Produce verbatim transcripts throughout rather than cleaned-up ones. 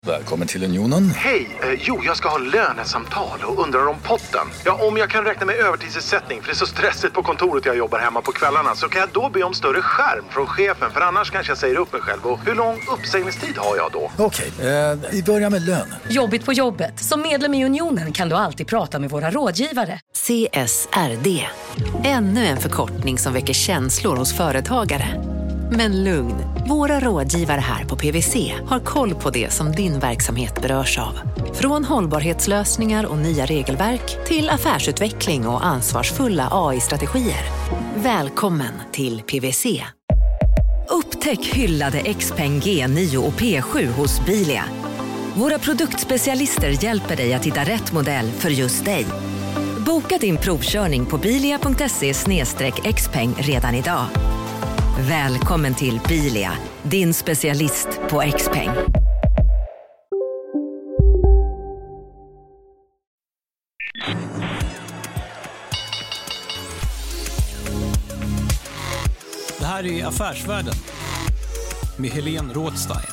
Välkommen till Unionen. Hej! Eh, jo, jag ska ha lönesamtal och undrar om potten. Ja, om jag kan räkna med övertidsersättning för det är så stressigt på kontoret jag jobbar hemma på kvällarna, så kan jag då be om större skärm från chefen, för annars kanske jag säger upp mig själv. Och hur lång uppsägningstid har jag då? Okej, eh, vi börjar med lön. Jobbigt på jobbet. Som medlem i Unionen kan du alltid prata med våra rådgivare. C S R D. Ännu en förkortning som väcker känslor hos företagare. Men lugn, våra rådgivare här på P W C har koll på det som din verksamhet berörs av. Från hållbarhetslösningar och nya regelverk till affärsutveckling och ansvarsfulla A I-strategier. Välkommen till P W C. Upptäck hyllade Xpeng G nio och P sju hos Bilia. Våra produktspecialister hjälper dig att hitta rätt modell för just dig. Boka din provkörning på bilia punkt se slash xpeng redan idag. Välkommen till Bilia, din specialist på Xpeng. Det här är Affärsvärlden med Helene Rådstein.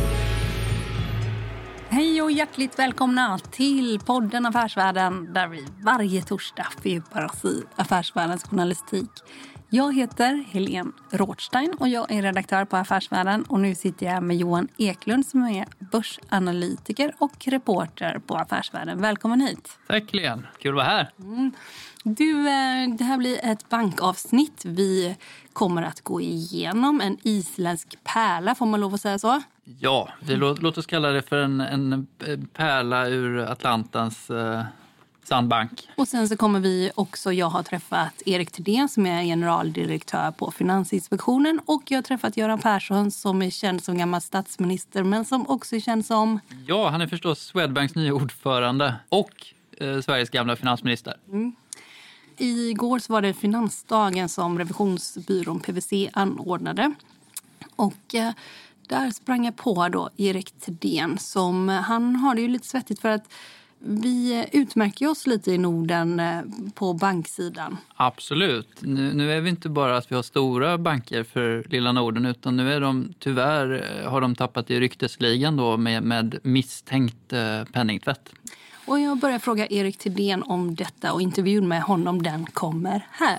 Hej och hjärtligt välkomna till podden Affärsvärlden, där vi varje torsdag fördjupar oss i affärsvärldens journalistik. Jag heter Helene Rådstein och jag är redaktör på Affärsvärlden, och nu sitter jag med Johan Eklund som är börsanalytiker och reporter på Affärsvärlden. Välkommen hit. Tack Helene, kul att vara här. Mm. Du, det här blir ett bankavsnitt. Vi kommer att gå igenom en isländsk pärla, får man lov att säga så? Ja, vi låt, låt oss kalla det för en, en pärla ur Atlantans eh, sandbank. Och sen så kommer vi också, jag har träffat Erik Thedéen som är generaldirektör på Finansinspektionen, och jag har träffat Göran Persson som är känd som gammal statsminister men som också är känd som... Ja, han är förstås Swedbanks nya ordförande och eh, Sveriges gamla finansminister. Mm. Igår så var det finansdagen som revisionsbyrån P W C anordnade, och eh, där sprang jag på då Erik Thedéen som, han har det ju lite svettigt för att vi utmärker oss lite i Norden på banksidan. Absolut. Nu, nu är vi inte bara att vi har stora banker för lilla Norden, utan nu är de tyvärr har de tappat i ryktesligan då med, med misstänkt eh, penningtvätt. Och jag börjar fråga Erik Thedéen om detta, och intervjun med honom den kommer här.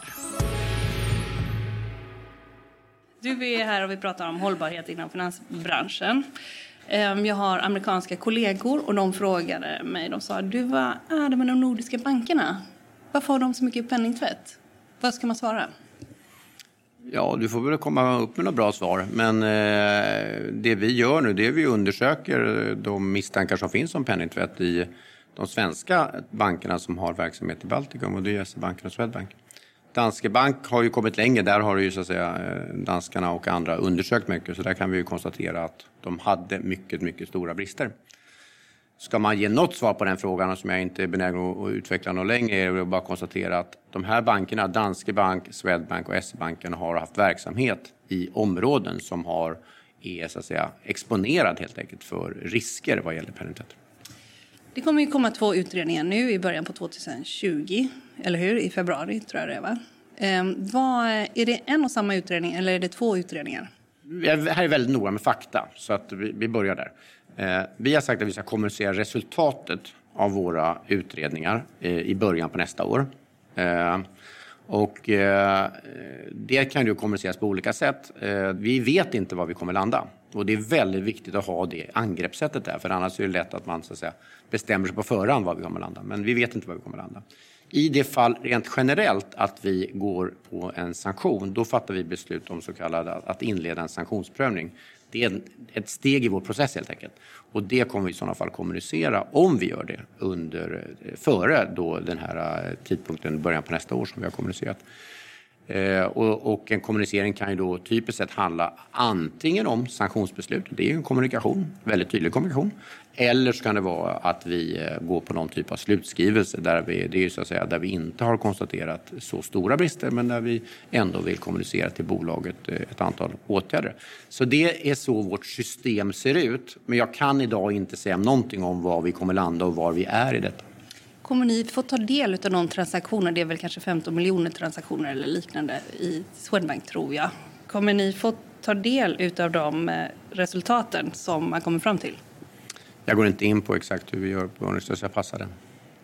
Du är här och vi pratar om hållbarhet inom finansbranschen. Jag har amerikanska kollegor och de frågade mig, de sa, du, vad är det med de nordiska bankerna? Varför har de så mycket penningtvätt? Vad ska man svara? Ja, du får väl komma upp med några bra svar. Men eh, det vi gör nu, det är vi undersöker de misstankar som finns om penningtvätt i de svenska bankerna som har verksamhet i Baltikum, och det är S E-banken och Swedbank. Danske Bank har ju kommit längre, där har ju så att säga danskarna och andra undersökt mycket, så där kan vi ju konstatera att de hade mycket, mycket stora brister. Ska man ge något svar på den frågan, som jag inte är benägen att utveckla något längre, är det bara konstatera att de här bankerna, Danske Bank, Swedbank och S E-banken, har haft verksamhet i områden som har, är så att säga exponerad helt enkelt för risker vad gäller penningtvätt. Det kommer ju komma två utredningar nu i början på tjugohundratjugo, eller hur? I februari tror jag det var. Eh, vad, är det en och samma utredning eller är det två utredningar? Vi är, här är väldigt noga med fakta, så att vi, vi börjar där. Eh, vi har sagt att vi ska kommunicera resultatet av våra utredningar eh, i början på nästa år. Eh, och eh, det kan ju kommuniceras på olika sätt. Eh, vi vet inte var vi kommer landa. Och det är väldigt viktigt att ha det angreppssättet där. För annars är det lätt att man så att säga bestämmer sig på förhand var vi kommer landa. Men vi vet inte var vi kommer landa. I det fall rent generellt att vi går på en sanktion, då fattar vi beslut om så kallad att inleda en sanktionsprövning. Det är ett steg i vår process helt enkelt. Och det kommer vi i sådana fall kommunicera om vi gör det under, före då den här tidpunkten, början på nästa år som vi har kommunicerat. Eh, och, och en kommunicering kan ju då typiskt sett handla antingen om sanktionsbeslut, det är ju en kommunikation, väldigt tydlig kommunikation, eller så kan det vara att vi eh, går på någon typ av slutskrivelse där vi, det är ju så att säga, där vi inte har konstaterat så stora brister, men där vi ändå vill kommunicera till bolaget eh, ett antal åtgärder. Så det är så vårt system ser ut, men jag kan idag inte säga någonting om var vi kommer landa och var vi är i detta. Kommer ni få ta del av de transaktioner, det är väl kanske femton miljoner transaktioner eller liknande i Swedbank tror jag. Kommer ni få ta del av de resultaten som man kommer fram till? Jag går inte in på exakt hur vi gör på Onyx, så jag passar det.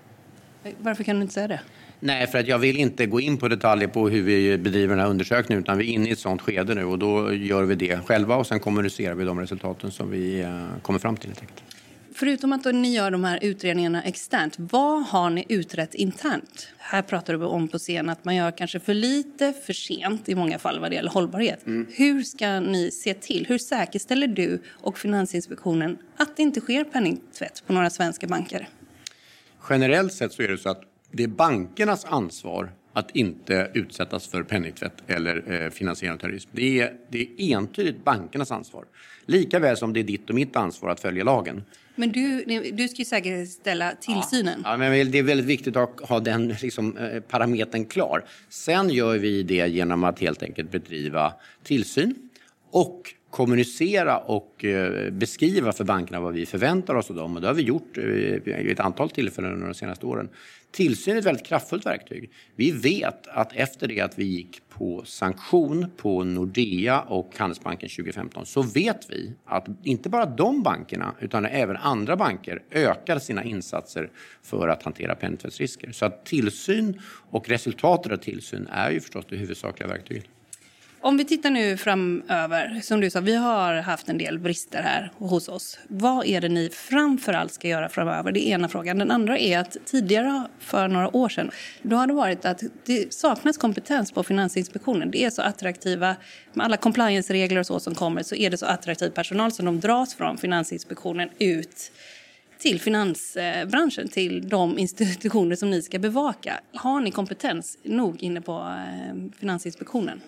Varför kan du inte säga det? Nej, för att jag vill inte gå in på detaljer på hur vi bedriver den här undersökningen, utan vi är inne i ett sånt skede nu och då gör vi det själva och sen kommunicerar vi de resultaten som vi uh, kommer fram till. Förutom att ni gör de här utredningarna externt, vad har ni utrett internt? Här pratar du om på scen att man gör kanske för lite, för sent i många fall vad det gäller hållbarhet. Mm. Hur ska ni se till, hur säkerställer du och Finansinspektionen att det inte sker penningtvätt på några svenska banker? Generellt sett så är det så att det är bankernas ansvar att inte utsättas för penningtvätt eller eh, finansiering av terrorism. Det är, det är entydigt bankernas ansvar. Lika väl som det är ditt och mitt ansvar att följa lagen. Men du, du ska ju säkerställa tillsynen. Ja, ja, men det är väldigt viktigt att ha den liksom, eh, parametern klar. Sen gör vi det genom att helt enkelt bedriva tillsyn och kommunicera och eh, beskriva för bankerna vad vi förväntar oss av dem. Och det har vi gjort eh, vid ett antal tillfällen under de senaste åren. Tillsyn är ett väldigt kraftfullt verktyg. Vi vet att efter det att vi gick på sanktion på Nordea och Handelsbanken tjugo femton så vet vi att inte bara de bankerna utan även andra banker ökar sina insatser för att hantera penningtvättsrisker. Så att tillsyn och resultatet av tillsyn är ju förstås det huvudsakliga verktyget. Om vi tittar nu framöver, som du sa, vi har haft en del brister här hos oss. Vad är det ni framförallt ska göra framöver? Det är ena frågan. Den andra är att tidigare, för några år sedan, då har det varit att det saknas kompetens på Finansinspektionen. Det är så attraktiva, med alla compliance-regler och så som kommer, så är det så attraktiv personal som de dras från Finansinspektionen ut till finansbranschen, till de institutioner som ni ska bevaka. Har ni kompetens nog inne på Finansinspektionen?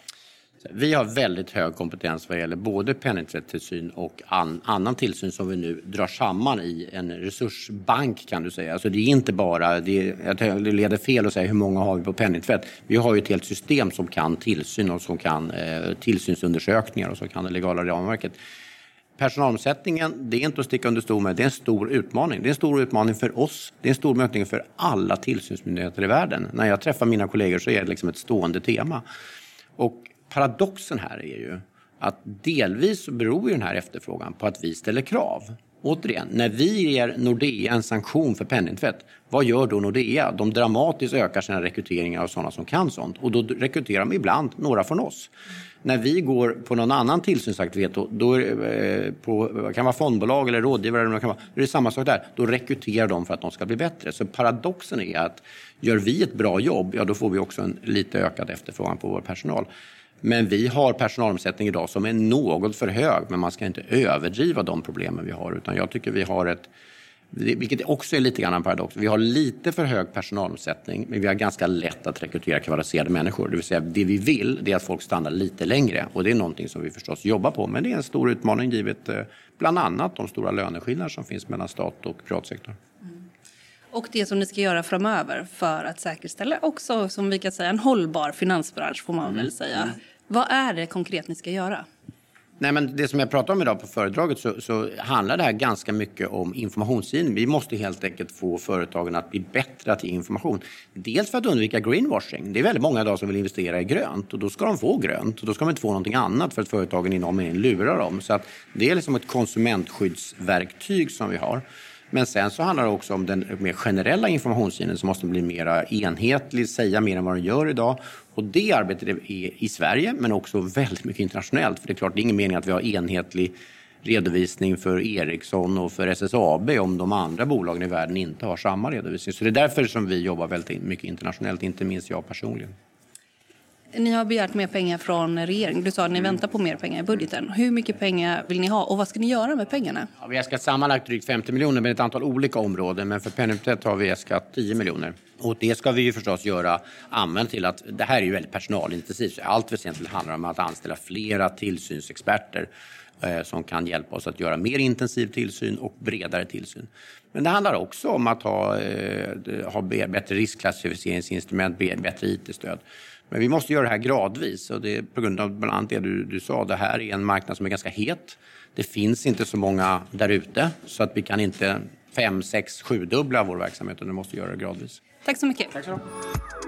Vi har väldigt hög kompetens vad gäller både penningtvättillsyn och an, annan tillsyn som vi nu drar samman i en resursbank kan du säga. Alltså det är inte bara, det, det leder fel att säga hur många har vi på penningtvätt. Vi har ju ett helt system som kan tillsyn och som kan eh, tillsynsundersökningar och som kan det legala ramverket. Personalomsättningen, det är inte att sticka under stol med, det är en stor utmaning. Det är en stor utmaning för oss, det är en stor utmaning för alla tillsynsmyndigheter i världen. När jag träffar mina kollegor så är det liksom ett stående tema. Och paradoxen här är ju att delvis beror ju den här efterfrågan på att vi ställer krav. Återigen, när vi ger Nordea en sanktion för penningtvätt, vad gör då Nordea? De dramatiskt ökar sina rekryteringar av sådana som kan sånt. Och då rekryterar de ibland några från oss. När vi går på någon annan tillsynsaktivitet, då, då eh, på, kan vara fondbolag eller rådgivare, eller kan vara, då är det samma sak där. Då rekryterar de för att de ska bli bättre. Så paradoxen är att gör vi ett bra jobb, ja då får vi också en lite ökad efterfrågan på vår personal. Men vi har personalomsättning idag som är något för hög, men man ska inte överdriva de problemen vi har. Utan jag tycker vi har ett, vilket också är lite grann en paradox, vi har lite för hög personalomsättning, men vi har ganska lätt att rekrytera kvalificerade människor. Det vill säga det vi vill, det är att folk stannar lite längre. Och det är någonting som vi förstås jobbar på, men det är en stor utmaning givet bland annat de stora löneskillnader som finns mellan stat och privatsektor. Mm. Och det som ni ska göra framöver för att säkerställa också, som vi kan säga, en hållbar finansbransch får man väl säga. Mm. Vad är det konkret ni ska göra? Nej, men det som jag pratar om idag på föredraget så, så handlar det här ganska mycket om informationsgivning. Vi måste helt enkelt få företagen att bli bättre att ge information. Dels för att undvika greenwashing. Det är väldigt många idag som vill investera i grönt och då ska de få grönt. Och då ska de inte få någonting annat för att företagen i någon mening lurar dem. Så att det är liksom ett konsumentskyddsverktyg som vi har. Men sen så handlar det också om den mer generella informationsgivningen som måste bli mer enhetlig, säga mer än vad den gör idag. Och det arbetet är i Sverige men också väldigt mycket internationellt. För det är klart, det är ingen mening att vi har enhetlig redovisning för Ericsson och för S S A B om de andra bolagen i världen inte har samma redovisning. Så det är därför som vi jobbar väldigt mycket internationellt, inte minst jag personligen. Ni har begärt mer pengar från regeringen. Du sa att ni mm. väntar på mer pengar i budgeten. Hur mycket pengar vill ni ha och vad ska ni göra med pengarna? Ja, vi har äskat sammanlagt drygt femtio miljoner med ett antal olika områden. Men för penningtvätt har vi äskat tio miljoner. Och det ska vi ju förstås göra använt till att det här är ju väldigt personalintensivt. Allt väsentligt handlar om att anställa flera tillsynsexperter eh, som kan hjälpa oss att göra mer intensiv tillsyn och bredare tillsyn. Men det handlar också om att ha, eh, ha bättre riskklassificeringsinstrument, bättre I T-stöd. Men vi måste göra det här gradvis och det är på grund av bland annat det du, du sa. Det här är en marknad som är ganska het. Det finns inte så många där ute så att vi kan inte fem, sex, sju dubbla vår verksamhet och det måste göra det gradvis. Tack så mycket. Tack så mycket.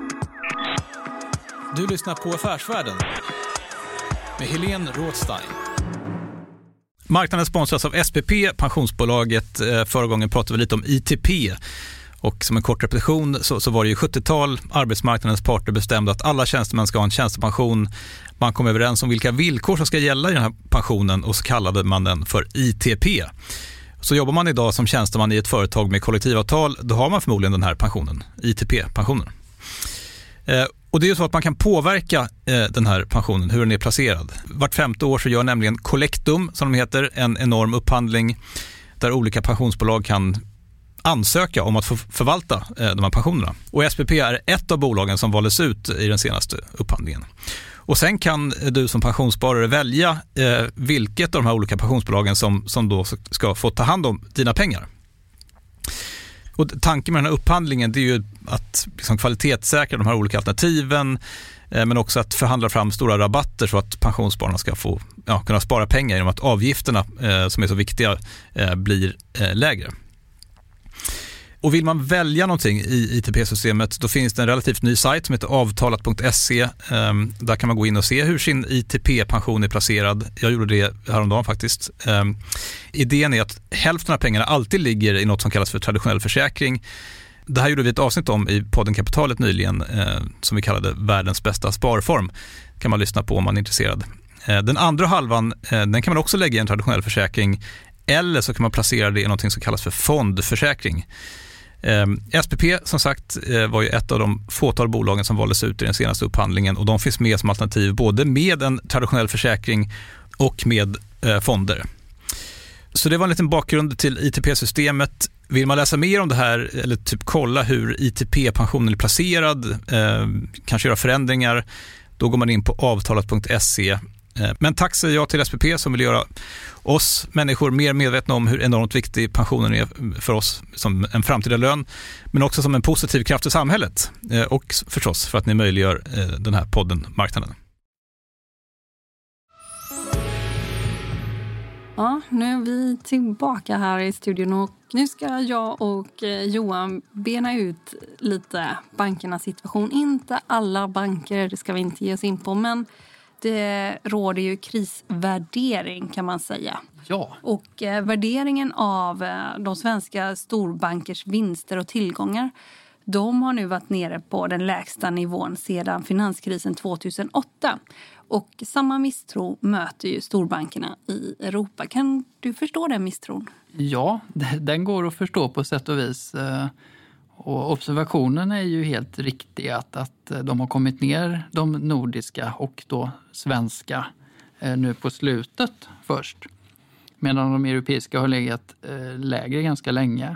Du lyssnar på Affärsvärlden med Helene Rådstein. Marknaden sponsras av S P P, pensionsbolaget. Förra gången pratade vi lite om I T P. Och som en kort repetition så, så var det ju sjuttiotal arbetsmarknadens parter bestämde att alla tjänstemän ska ha en tjänstepension. Man kom överens om vilka villkor som ska gälla i den här pensionen och så kallade man den för I T P. Så jobbar man idag som tjänsteman i ett företag med kollektivavtal, då har man förmodligen den här pensionen, I T P-pensionen. Eh, och det är ju så att man kan påverka eh, den här pensionen, hur den är placerad. Vart femte år så gör nämligen Collectum, som de heter, en enorm upphandling där olika pensionsbolag kan ansöka om att få förvalta eh, de här pensionerna. Och S P P är ett av bolagen som valdes ut i den senaste upphandlingen. Och sen kan du som pensionssparare välja eh, vilket av de här olika pensionsbolagen som, som då ska få ta hand om dina pengar. Och tanken med den här upphandlingen det är ju att liksom kvalitetssäkra de här olika alternativen eh, men också att förhandla fram stora rabatter så att pensionsspararna ska få ja, kunna spara pengar genom att avgifterna eh, som är så viktiga eh, blir eh, lägre. Och vill man välja någonting i I T P-systemet då finns det en relativt ny sajt som heter avtalat punkt se. Um, där kan man gå in och se hur sin I T P-pension är placerad. Jag gjorde det häromdagen faktiskt. Um, idén är att hälften av pengarna alltid ligger i något som kallas för traditionell försäkring. Det här gjorde vi ett avsnitt om i podden Kapitalet nyligen eh, som vi kallade världens bästa sparform. Kan man lyssna på om man är intresserad. Eh, den andra halvan eh, den kan man också lägga i en traditionell försäkring eller så kan man placera det i något som kallas för fondförsäkring. Eh, S P P som sagt eh, var ju ett av de fåtal bolagen som valdes ut i den senaste upphandlingen och de finns med som alternativ både med en traditionell försäkring och med eh, fonder. Så det var en liten bakgrund till I T P-systemet. Vill man läsa mer om det här eller typ kolla hur I T P-pensionen är placerad, eh, kanske göra förändringar, då går man in på avtalat punkt se. Eh, men tack säger jag till S P P som vill göra oss människor mer medvetna om hur enormt viktig pensionen är för oss som en framtida lön, men också som en positiv kraft i samhället. Eh, och förstås för att ni möjliggör eh, den här podden Marknaden. Ja, nu är vi tillbaka här i studion och nu ska jag och Johan bena ut lite bankernas situation. Inte alla banker, det ska vi inte ge oss in på, men det råder ju krisvärdering kan man säga. Ja. Och eh, värderingen av eh, de svenska storbankers vinster och tillgångar, de har nu varit nere på den lägsta nivån sedan finanskrisen tvåtusenåtta. Och samma misstro möter ju storbankerna i Europa. Kan du förstå den misstron? Ja, den går att förstå på sätt och vis. Och observationen är ju helt riktig att, att de har kommit ner, de nordiska och då svenska, nu på slutet först. Medan de europeiska har legat lägre ganska länge.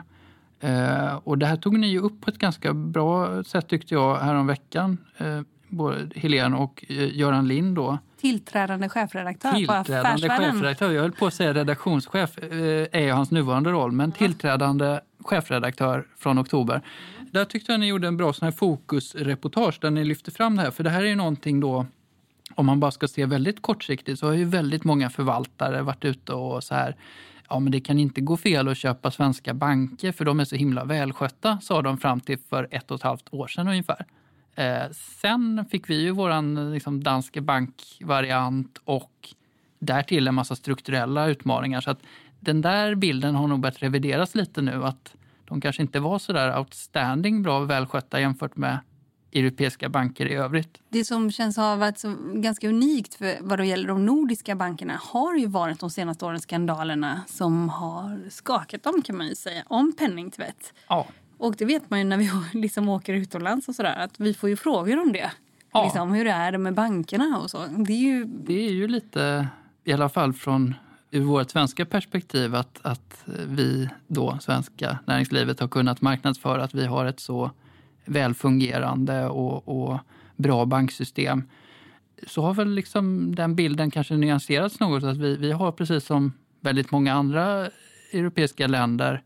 Och det här tog ni ju upp på ett ganska bra sätt tyckte jag häromveckan. Både Helene och Göran Lind då. Tillträdande chefredaktör tillträdande på Affärsvärlden. Chefredaktör. Jag höll på att säga redaktionschef är ju hans nuvarande roll. Men tillträdande chefredaktör från oktober. Där tyckte jag ni gjorde en bra sån här fokusreportage där ni lyfte fram det här. För det här är ju någonting då, om man bara ska se väldigt kortsiktigt så har ju väldigt många förvaltare varit ute och så här. Ja, men det kan inte gå fel att köpa svenska banker för de är så himla välskötta, sa de fram till för ett och ett halvt år sedan ungefär. Eh, sen fick vi ju våran liksom, Danske Bank-variant och därtill en massa strukturella utmaningar. Så att den där bilden har nog börjat revideras lite nu. Att de kanske inte var så där outstanding bra och välskötta jämfört med europeiska banker i övrigt. Det som känns ha varit så ganska unikt för vad det gäller de nordiska bankerna har ju varit de senaste årens skandalerna som har skakat dem kan man ju säga, om penningtvätt. Ja. Och det vet man ju när vi liksom åker utomlands och sådär, att vi får ju frågor om det. Ja. Liksom, hur är det med bankerna och så. Det är ju, det är ju lite, i alla fall från ur vårt svenska perspektiv, att, att vi då, svenska näringslivet, har kunnat marknadsföra att vi har ett så välfungerande och, och bra banksystem. Så har väl liksom den bilden kanske nyanserats något. Att vi, vi har precis som väldigt många andra europeiska länder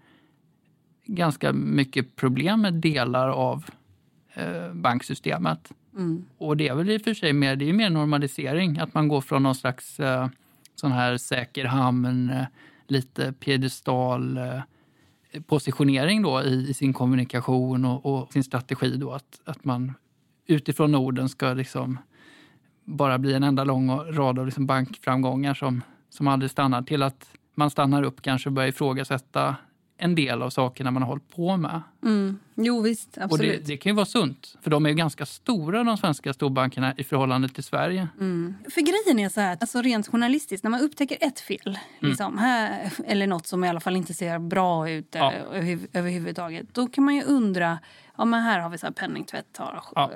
ganska mycket problem med delar av eh, banksystemet. Mm. Och det är väl i och för sig mer, det är mer normalisering. Att man går från någon slags eh, sån här säker hamn, eh, lite piedestal eh, positionering då i, i sin kommunikation och, och sin strategi då. Att, att man utifrån Norden ska liksom bara bli en enda lång rad av liksom bankframgångar som, som aldrig stannar, till att man stannar upp kanske och börjar ifrågasätta en del av sakerna man har hållit på med. Mm. Jo visst, absolut. Och det, det kan ju vara sunt, för de är ju ganska stora, de svenska storbankerna, i förhållande till Sverige. Mm. För grejen är så här, alltså rent journalistiskt, när man upptäcker ett fel, mm. liksom, här, eller något som i alla fall inte ser bra ut ja. över, överhuvudtaget, då kan man ju undra, ja men här har vi så här penningtvätt, har, ja.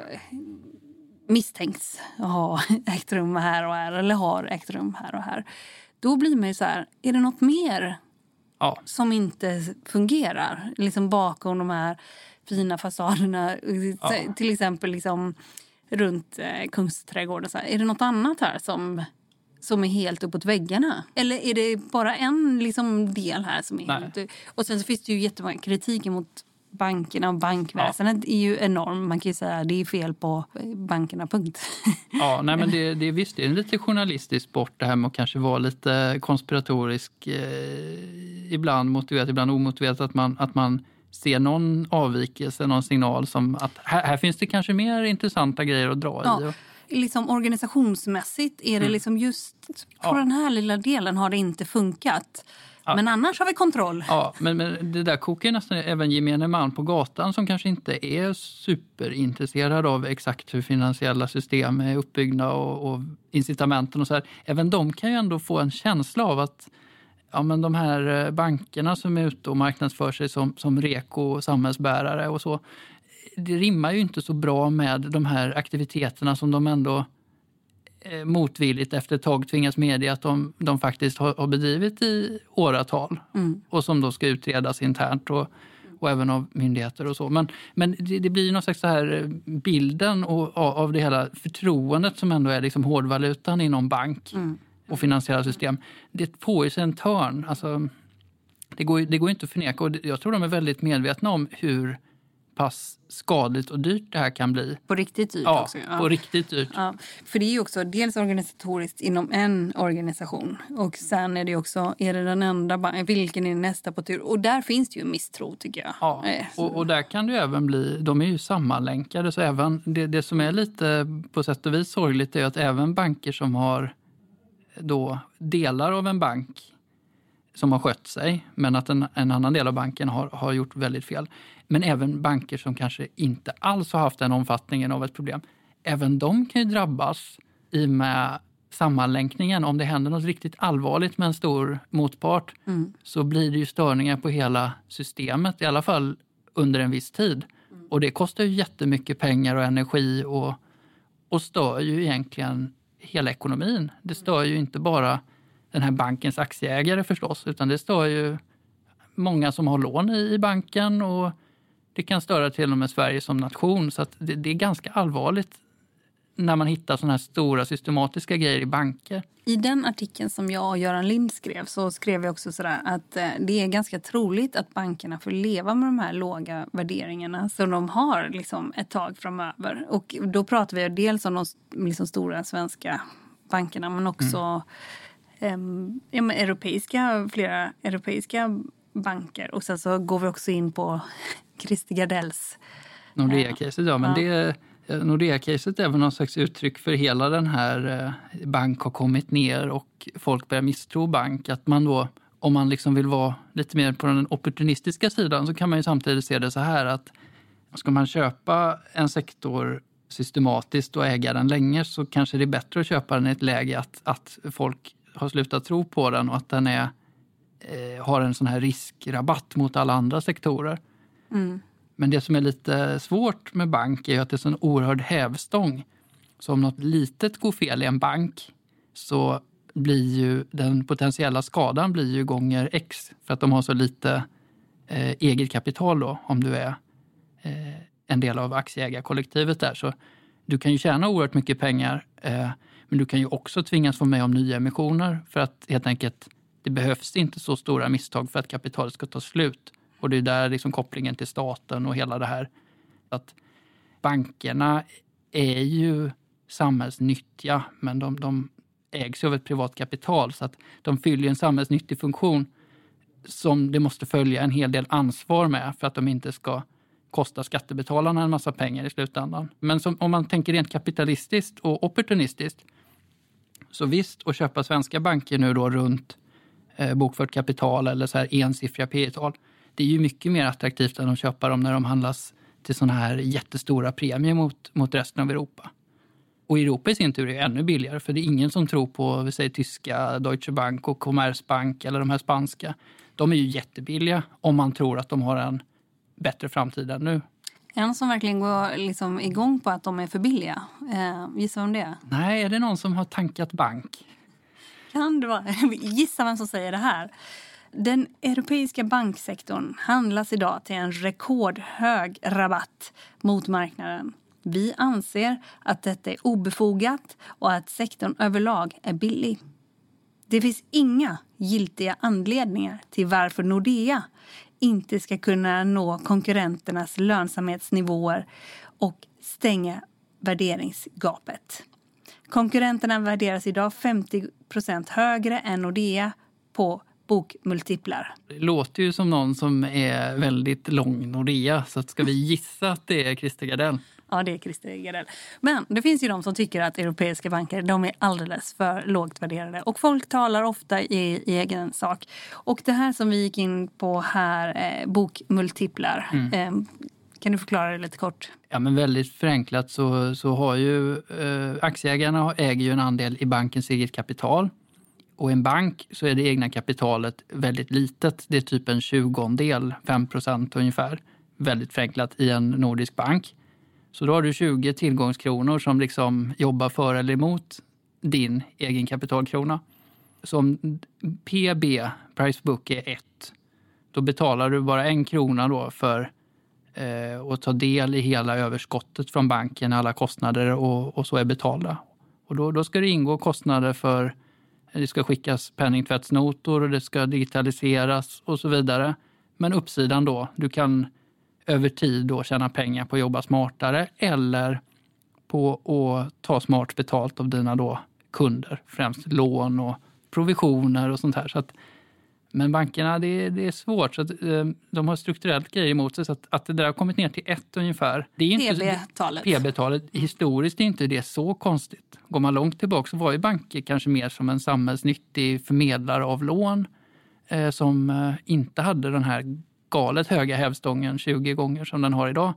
misstänks ha ägt rum här och här, eller har ägt rum här och här. Då blir man ju så här, är det något mer ja. som inte fungerar? Liksom bakom de här fina fasaderna, ja. till exempel liksom runt eh, Kungsträdgården. Så här. Är det något annat här som, som är helt uppåt väggarna? Eller är det bara en liksom, del här som är Nej. helt... Och sen så finns det ju jättemånga kritiken mot bankerna och bankväsendet ja. är ju enorm. Man kan ju säga att det är fel på bankerna, punkt. Ja, nej men det, det är visst det är en lite journalistisk sport det här med att kanske vara lite konspiratorisk eh, ibland motiverat, ibland omotiverat, att man, att man ser någon avvikelse, någon signal som att här, här finns det kanske mer intressanta grejer att dra ja. i. Och... Liksom organisationsmässigt är det mm. liksom just på ja. den här lilla delen har det inte funkat. Ja. Men annars har vi kontroll. Ja, men, men det där kokar nästan även gemene man på gatan som kanske inte är superintresserad av exakt hur finansiella system är uppbyggda och, och incitamenten och så här. Även de kan ju ändå få en känsla av att ja, men de här bankerna som är ute och marknadsför sig som, som reko och samhällsbärare och så, det rimmar ju inte så bra med de här aktiviteterna som de ändå motvilligt efter ett tag tvingas medge att de, de faktiskt har, har bedrivit i åratal mm. och som då ska utredas internt och, och även av myndigheter och så. Men, men det, det blir ju någon slags så här bilden och, av det hela förtroendet som ändå är liksom hårdvalutan inom bank mm. och finansiella system. Det får ju sig en törn. Alltså, det går, det går inte att förneka och jag tror de är väldigt medvetna om hur pass skadligt och dyrt det här kan bli. På riktigt dyrt ja, också. Ja, på riktigt dyrt. Ja, för det är ju också dels organisatoriskt inom en organisation. Och sen är det också, är det den enda banken, vilken är nästa på tur? Och där finns det ju misstro tycker jag. Ja, och, och där kan det ju även bli, de är ju sammanlänkade. Så även, det, det som är lite på sätt och vis sorgligt är att även banker som har då delar av en bank som har skött sig, men att en, en annan del av banken har, har gjort väldigt fel. Men även banker som kanske inte alls har haft den omfattningen av ett problem. Även de kan ju drabbas i med sammanlänkningen. Om det händer något riktigt allvarligt med en stor motpart mm. så blir det ju störningar på hela systemet, i alla fall under en viss tid. Mm. Och det kostar ju jättemycket pengar och energi och, och stör ju egentligen hela ekonomin. Det stör ju inte bara den här bankens aktieägare förstås, utan det står ju många som har lån i banken och det kan störa till och med Sverige som nation. Så att det, det är ganska allvarligt när man hittar sådana här stora systematiska grejer i banker. I den artikeln som jag och Göran Lind skrev så skrev jag också sådär att det är ganska troligt att bankerna får leva med de här låga värderingarna som de har liksom ett tag framöver. Och då pratar vi dels om de liksom stora svenska bankerna men också mm. Um, ja, men europeiska, flera europeiska banker. Och sen så går vi också in på Christer Gardells Nordea-caset, ja. Men ja. det Nordea-caset är väl någon slags uttryck för hela den här eh, bank har kommit ner och folk börjar misstro bank. Att man då, om man liksom vill vara lite mer på den opportunistiska sidan så kan man ju samtidigt se det så här att ska man köpa en sektor systematiskt och äga den länge så kanske det är bättre att köpa den i ett läge att, att folk har slutat tro på den och att den är, eh, har en sån här riskrabatt mot alla andra sektorer. Mm. Men det som är lite svårt med bank är ju att det är en oerhörd hävstång. Så om något litet går fel i en bank så blir ju den potentiella skadan blir ju gånger X för att de har så lite eh, eget kapital då om du är eh, en del av aktieägarkollektivet där. Så du kan ju tjäna oerhört mycket pengar eh, men du kan ju också tvingas få med om nya emissioner för att helt enkelt det behövs inte så stora misstag för att kapitalet ska ta slut. Och det är där liksom kopplingen till staten och hela det här. Att bankerna är ju samhällsnyttiga men de, de ägs av ett privat kapital så att de fyller en samhällsnyttig funktion som det måste följa en hel del ansvar med för att de inte ska kosta skattebetalarna en massa pengar i slutändan. Men som, om man tänker rent kapitalistiskt och opportunistiskt så visst att köpa svenska banker nu då runt eh, bokfört kapital eller så här ensiffriga P E-tal. Det är ju mycket mer attraktivt än att köpa dem när de handlas till sådana här jättestora premier mot, mot resten av Europa. Och Europa i sin tur är ännu billigare, för det är ingen som tror på, vi säger tyska Deutsche Bank och Commerzbank eller de här spanska. De är ju jättebilliga om man tror att de har en bättre framtid än nu. En som verkligen går liksom igång på att de är för billiga. Eh, gissa om det är? Nej, är det någon som har tankat bank? Kan det vara? Gissa vem som säger det här. Den europeiska banksektorn handlas idag till en rekordhög rabatt mot marknaden. Vi anser att detta är obefogat och att sektorn överlag är billig. Det finns inga giltiga anledningar till varför Nordea inte ska kunna nå konkurrenternas lönsamhetsnivåer och stänga värderingsgapet. Konkurrenterna värderas idag femtio procent högre än Nordea på bokmultiplar. Det låter ju som någon som är väldigt lång Nordea, så att ska vi gissa att det är Christer Gardell? Ja, det är Christer Gardell. Men det finns ju de som tycker att europeiska banker, de är alldeles för lågt värderade. Och folk talar ofta i, i egen sak. Och det här som vi gick in på här, eh, bokmultiplar. Mm. Eh, kan du förklara det lite kort? Ja, men väldigt förenklat så, så har ju eh, aktieägarna äger ju en andel i bankens eget kapital. Och i en bank så är det egna kapitalet väldigt litet. Det är typ en tjugondel, fem procent ungefär. Väldigt förenklat i en nordisk bank. Så då har du tjugo tillgångskronor som liksom jobbar för eller emot din egen kapitalkrona. Så om P B, price book, är ett, då betalar du bara en krona då för eh, att ta del i hela överskottet från banken, alla kostnader och, och så är betalda. Och då, då ska det ingå kostnader för, det ska skickas penningtvättsnotor och det ska digitaliseras och så vidare. Men uppsidan då, du kan över tid då tjäna pengar på att jobba smartare eller på att ta smart betalt av dina då kunder. Främst lån och provisioner och sånt här. Så att, men bankerna, det, det är svårt. Så att, eh, de har strukturellt grejer emot sig. Så att, att det där har kommit ner till ett ungefär. Det är inte, P B-talet. P B-talet. Historiskt är inte det så konstigt. Går man långt tillbaka så var ju banker kanske mer som en samhällsnyttig förmedlare av lån. Eh, som eh, inte hade den här galet höga hävstången tjugo gånger som den har idag.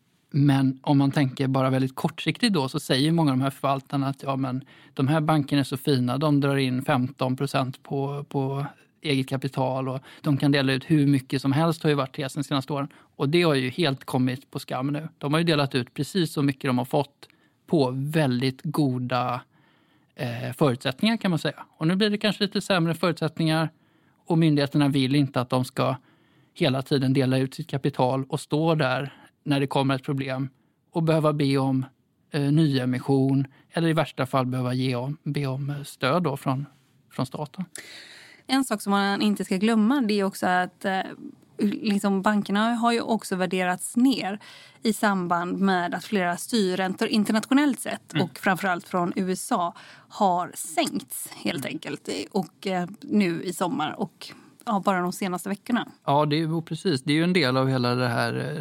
Men om man tänker bara väldigt kortsiktigt då, så säger många av de här förvaltarna att ja, men de här bankerna är så fina, de drar in femton procent på, på eget kapital och de kan dela ut hur mycket som helst, har ju varit det de senaste åren. Och det har ju helt kommit på skam nu. De har ju delat ut precis så mycket de har fått på väldigt goda eh, förutsättningar kan man säga. Och nu blir det kanske lite sämre förutsättningar och myndigheterna vill inte att de ska hela tiden dela ut sitt kapital och stå där när det kommer ett problem och behöva be om eh, nyemission eller i värsta fall behöva ge om, be om stöd då från, från staten. En sak som man inte ska glömma, det är också att eh, liksom bankerna har ju också värderats ner i samband med att flera styrräntor internationellt sett mm. och framförallt från U S A har sänkts helt enkelt och eh, nu i sommar och ja, bara de senaste veckorna. Ja, det är ju precis. Det är ju en del av hela det här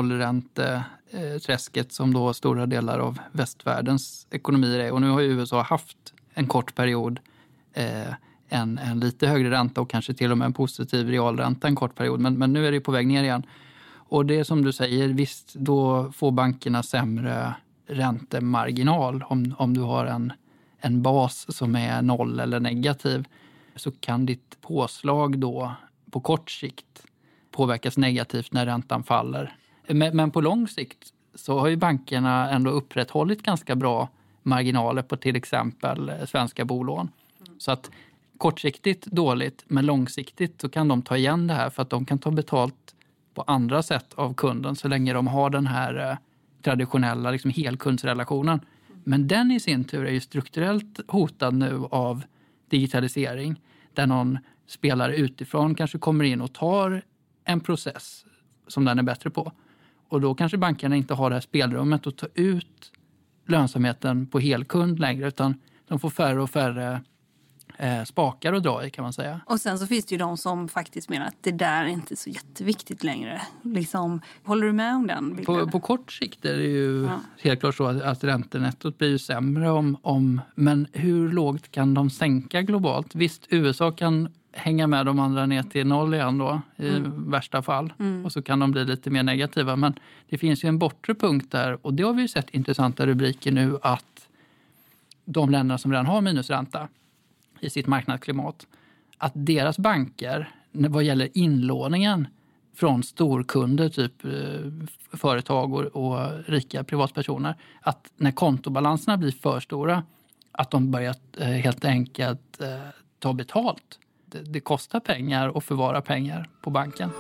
nollränteträsket som då stora delar av västvärldens ekonomier är. Och nu har ju U S A haft en kort period eh, en, en lite högre ränta och kanske till och med en positiv realränta en kort period. Men, men nu är det på väg ner igen. Och det som du säger, visst, då får bankerna sämre räntemarginal om, om du har en, en bas som är noll eller negativ. Så kan ditt påslag då på kort sikt påverkas negativt när räntan faller. Men, men på lång sikt så har ju bankerna ändå upprätthållit ganska bra marginaler på till exempel svenska bolån. Så att kortsiktigt dåligt, men långsiktigt så kan de ta igen det här för att de kan ta betalt på andra sätt av kunden så länge de har den här traditionella liksom helkundsrelationen. Men den i sin tur är ju strukturellt hotad nu av digitalisering där någon spelare utifrån kanske kommer in och tar en process som den är bättre på. Och då kanske bankerna inte har det här spelrummet att ta ut lönsamheten på helkund längre utan de får färre och färre eh, spakar att dra i kan man säga. Och sen så finns det ju de som faktiskt menar att det där är inte så jätteviktigt längre. Liksom, håller du med om den bilden? På, på kort sikt är det ju ja. helt klart så att, att räntenettot blir ju sämre om, om... Men hur lågt kan de sänka globalt? Visst, U S A kan hänga med de andra ner till noll igen då i mm. värsta fall. Mm. Och så kan de bli lite mer negativa. Men det finns ju en bortre punkt där, och det har vi ju sett intressanta rubriker nu, att de länder som redan har minusränta i sitt marknadsklimat, att deras banker vad gäller inlåningen från storkunder, typ eh, företag och, och rika privatpersoner, att när kontobalanserna blir för stora, att de börjar eh, helt enkelt eh, ta betalt. Det, det kostar pengar att förvara pengar på banken.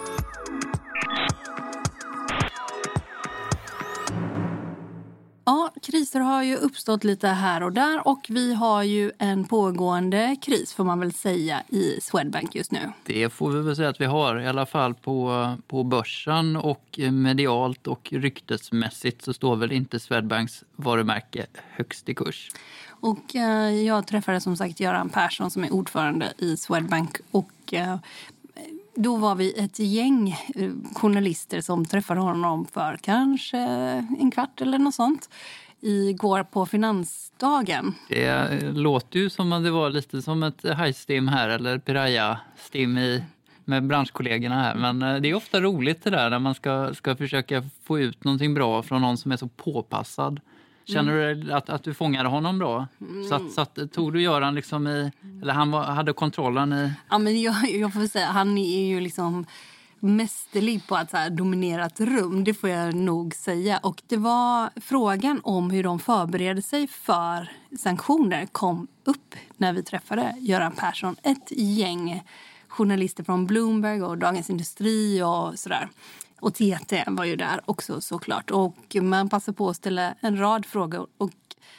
Ja, kriser har ju uppstått lite här och där, och vi har ju en pågående kris, får man väl säga, i Swedbank just nu. Det får vi väl säga att vi har, i alla fall på, på börsen, och medialt och ryktesmässigt så står väl inte Swedbanks varumärke högst i kurs. Och eh, jag träffade som sagt Göran Persson som är ordförande i Swedbank, och eh, då var vi ett gäng journalister som träffade honom för kanske en kvart eller något sånt igår på finansdagen. Det låter ju som att det var lite som ett hajstim här, eller piraya-stim i, med branschkollegorna här. Men det är ofta roligt det där när man ska, ska försöka få ut någonting bra från någon som är så påpassad. Känner mm. du att, att du fångade honom bra? Mm. Så att, så att, tog du Göran liksom i, eller han var, hade kontrollen i? Ja, men jag, jag får säga, han är ju liksom mästerlig på att så här, dominera ett rum, det får jag nog säga. Och det var frågan om hur de förberedde sig för sanktioner kom upp när vi träffade Göran Persson. Ett gäng journalister från Bloomberg och Dagens Industri och sådär. Och T T var ju där också såklart. Och man passar på att ställa en rad frågor. Och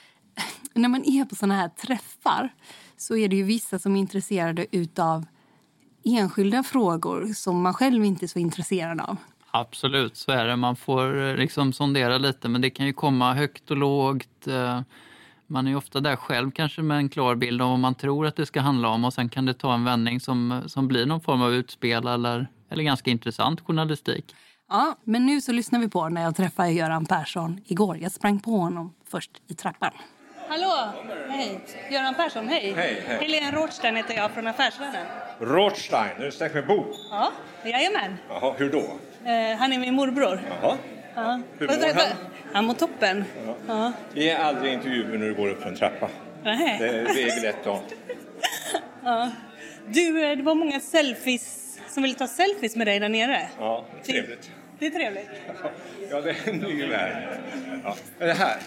när man är på såna här träffar så är det ju vissa som är intresserade utav enskilda frågor som man själv inte är så intresserad av. Absolut, så är det. Man får liksom sondera lite, men det kan ju komma högt och lågt. Man är ju ofta där själv kanske med en klar bild om vad man tror att det ska handla om, och sen kan det ta en vändning som, som blir någon form av utspel eller, eller ganska intressant journalistik. Ja, men nu så lyssnar vi på när jag träffade Göran Persson igår. Jag sprang på honom först i trappan. Hallå, hej. Göran Persson, hej. Hej, hej. Helene Rothstein heter jag från Affärsvärlden. Rothstein, är du släkt med Bo? Ja, jajamän. Jaha, hur då? Eh, han är min morbror. Jaha. Ja. Hur mår han? Han mår toppen. Ja. Ja. Ge aldrig intervjuer när du går upp för en trappa. Nej. Det är regel ett dag. Ja. Du, det var många selfies som ville ta selfies med dig där nere. Ja, trevligt. Det är trevligt. Ja, det är en ny värld. Ja. Är det här?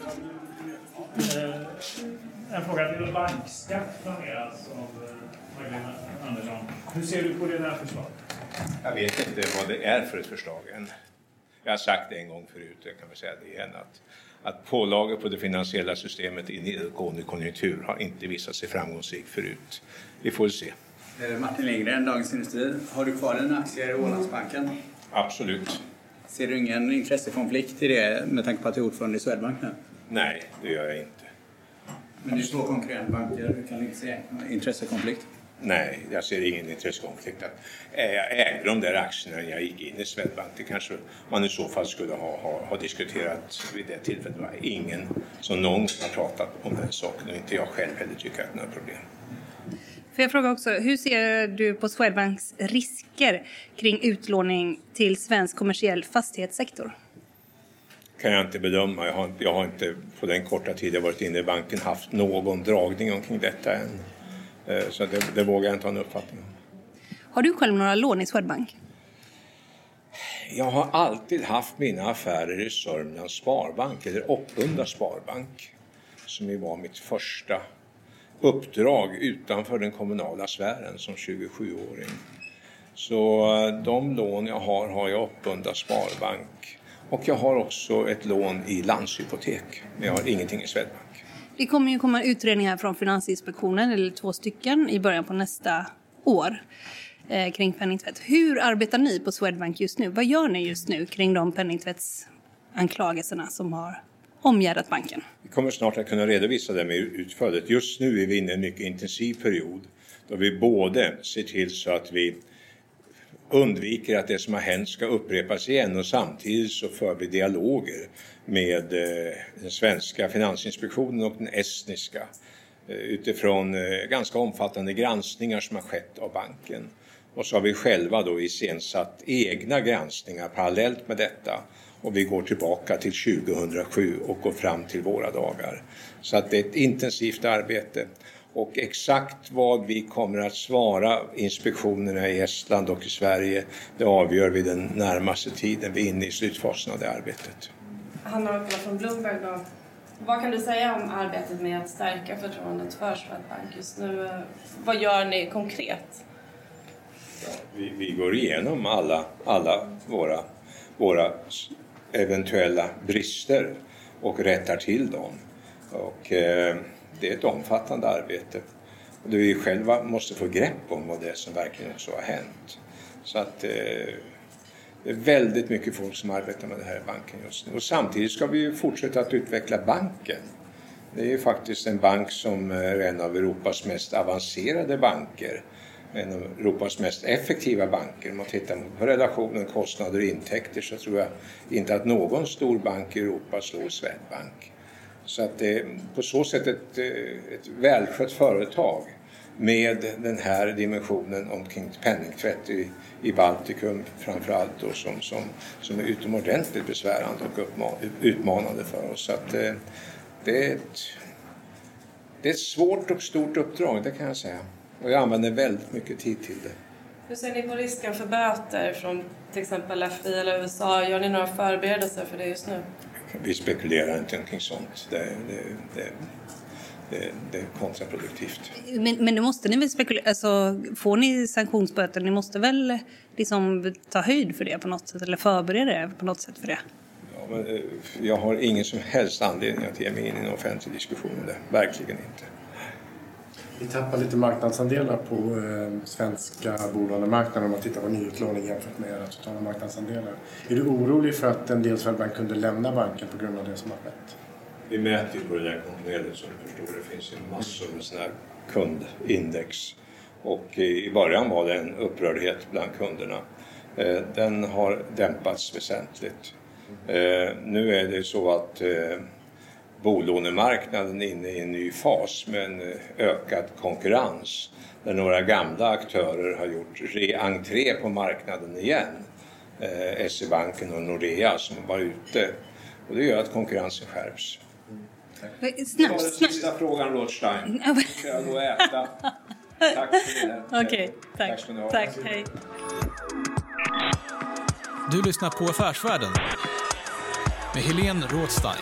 En fråga till bankskatt planeras av Magdalena Andersson. Hur ser du på det där förslaget? Jag vet inte vad det är för ett förslag än. Jag har sagt det en gång förut, jag kan väl säga det igen, att, att pålagor på det finansiella systemet i nedgående konjunktur har inte visat sig framgångsrikt förut. Vi får se. Martin Lindgren, Dagens Industri. Har du kvar dina aktier i Ålandsbanken? Absolut. Ser du ingen intressekonflikt i det med tanke på att du är ordförande i Swedbank nu? Nej, det gör jag inte. Men det är två konkurrerande banker, du kan inte se intressekonflikt? Nej, jag ser ingen intressekonflikt. Jag äger de där aktierna när jag gick in i Swedbank. Det kanske man i så fall skulle ha, ha, ha diskuterat vid det tillfället. Det var ingen som någonsin har pratat om den saken, och inte jag själv heller tycker att det är några problem. Får jag fråga också, hur ser du på Swedbanks risker kring utlåning till svensk kommersiell fastighetssektor? Kan jag inte bedöma. Jag har, jag har inte på den korta tid jag varit inne i banken haft någon dragning omkring detta än. Så det, det vågar jag inte ha en uppfattning om. Har du själv några lån i Swedbank? Jag har alltid haft mina affärer i Sörmlands Sparbank, eller Uppunda Sparbank, som ju var mitt första uppdrag utanför den kommunala sfären som tjugosjuåring. Så de lån jag har har jag Uppunda Sparbank, och jag har också ett lån i Landshypotek, men jag har ingenting i Swedbank. Det kommer ju komma utredningar från Finansinspektionen, eller två stycken, i början på nästa år eh, kring penningtvätt. Hur arbetar ni på Swedbank just nu? Vad gör ni just nu kring de penningtvättsanklagelserna som har omgärdat banken? Vi kommer snart att kunna redovisa det med utförligt. Just nu är vi inne i en mycket intensiv period då vi både ser till så att vi undviker att det som har hänt ska upprepas igen, och samtidigt så för vi dialoger med den svenska Finansinspektionen och den estniska utifrån ganska omfattande granskningar som har skett av banken. Och så har vi själva då iscensatt egna granskningar parallellt med detta. Och vi går tillbaka till tjugohundrasju och går fram till våra dagar. Så att det är ett intensivt arbete. Och exakt vad vi kommer att svara inspektionerna i Estland och i Sverige, det avgör vi den närmaste tiden. Vi är inne i slutfasen av det arbetet. Hanna Åkerman från Bloomberg då. Vad kan du säga om arbetet med att stärka förtroendet för Swedbank just nu? Vad gör ni konkret? Ja, vi, vi går igenom alla, alla våra, våra eventuella brister och rättar till dem. Och eh, det är ett omfattande arbete. Och vi själva måste få grepp om vad det är som verkligen också har hänt. Så att eh, det är väldigt mycket folk som arbetar med det här i banken just nu. Och samtidigt ska vi ju fortsätta att utveckla banken. Det är ju faktiskt en bank som är en av Europas mest avancerade banker. En av Europas mest effektiva banker. Om man tittar på relationen kostnader och intäkter så tror jag inte att någon stor bank i Europa slår Swedbank. Så att det är på så sätt ett, ett välskött företag med den här dimensionen omkring penningtvätt i, i Baltikum framförallt då, som, som, som är utomordentligt besvärande och utmanande för oss. Så att det, det, är ett, det är ett svårt och stort uppdrag, det kan jag säga. Och jag använder väldigt mycket tid till det. Hur ser ni på risken för böter från till exempel F B I eller U S A? Gör ni några förberedelser för det just nu? Vi spekulerar inte omkring sånt. Det, det, det, det, det är kontraproduktivt. Men, men det måste ni väl spekulera? Alltså, får ni sanktionsböter? Ni måste väl liksom ta höjd för det på något sätt? Eller förbereda er på något sätt för det? Ja, men jag har ingen som helst anledning att ge mig in i en offentlig diskussion om det. Verkligen inte. Vi tappar lite marknadsandelar på eh, svenska bolånemarknaden om man tittar på nyutlåning jämfört med era totala marknadsandelar. Är du orolig för att en del Swedbank kunde lämna banken på grund av det som har skett? Vi mäter ju på det där kontinuerligt som du förstår. Det finns ju massor med sådana här kundindex. Och i början var det en upprördhet bland kunderna. Eh, den har dämpats väsentligt. Eh, nu är det så att eh, bolånemarknaden är inne i en ny fas med en ökad konkurrens där några gamla aktörer har gjort re-entré på marknaden igen. Eh, S E-banken och Nordea som var ute och det gör att konkurrensen skärps. Snabbt, snabbt. Den sista frågan, Rothstein. Ska jag gå och äta? Tack för det. Okej, okay, tack. Tack ska ni ha. Tack, hej. Du lyssnar på Affärsvärlden med Helene Rothstein.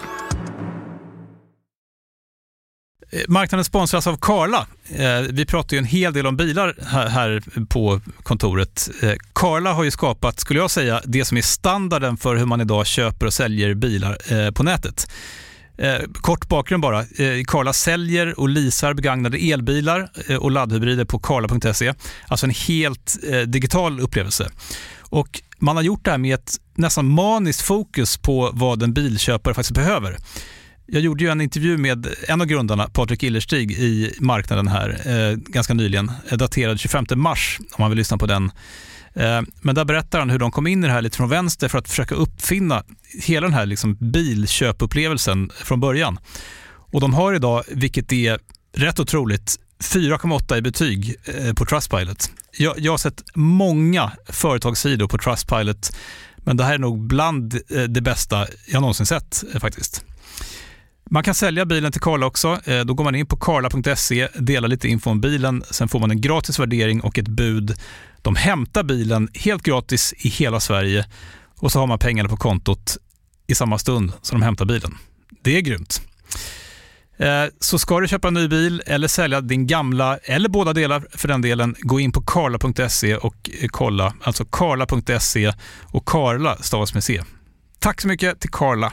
Marknaden sponsras av Carla. Vi pratar ju en hel del om bilar här på kontoret. Carla har ju skapat, skulle jag säga, det som är standarden för hur man idag köper och säljer bilar på nätet. Kort bakgrund bara. Carla säljer och leasar begagnade elbilar och laddhybrider på carla punkt se. Alltså en helt digital upplevelse. Och man har gjort det här med ett nästan maniskt fokus på vad en bilköpare faktiskt behöver. Jag gjorde ju en intervju med en av grundarna, Patrik Illerstig, i marknaden här eh, ganska nyligen, daterad tjugofemte mars om man vill lyssna på den. Eh, men där berättar han hur de kom in i det här lite från vänster för att försöka uppfinna hela den här liksom bilköpupplevelsen från början. Och de har idag, vilket är rätt otroligt, fyra komma åtta i betyg eh, på Trustpilot. Jag, jag har sett många företagssidor på Trustpilot, men det här är nog bland eh, det bästa jag någonsin sett eh, faktiskt. Man kan sälja bilen till Carla också. Då går man in på carla punkt se, delar lite info om bilen. Sen får man en gratis värdering och ett bud. De hämtar bilen helt gratis i hela Sverige. Och så har man pengarna på kontot i samma stund som de hämtar bilen. Det är grymt. Så ska du köpa en ny bil eller sälja din gamla, eller båda delar för den delen, gå in på carla punkt se och kolla. Alltså carla punkt se och Carla stavas med C. Tack så mycket till Carla.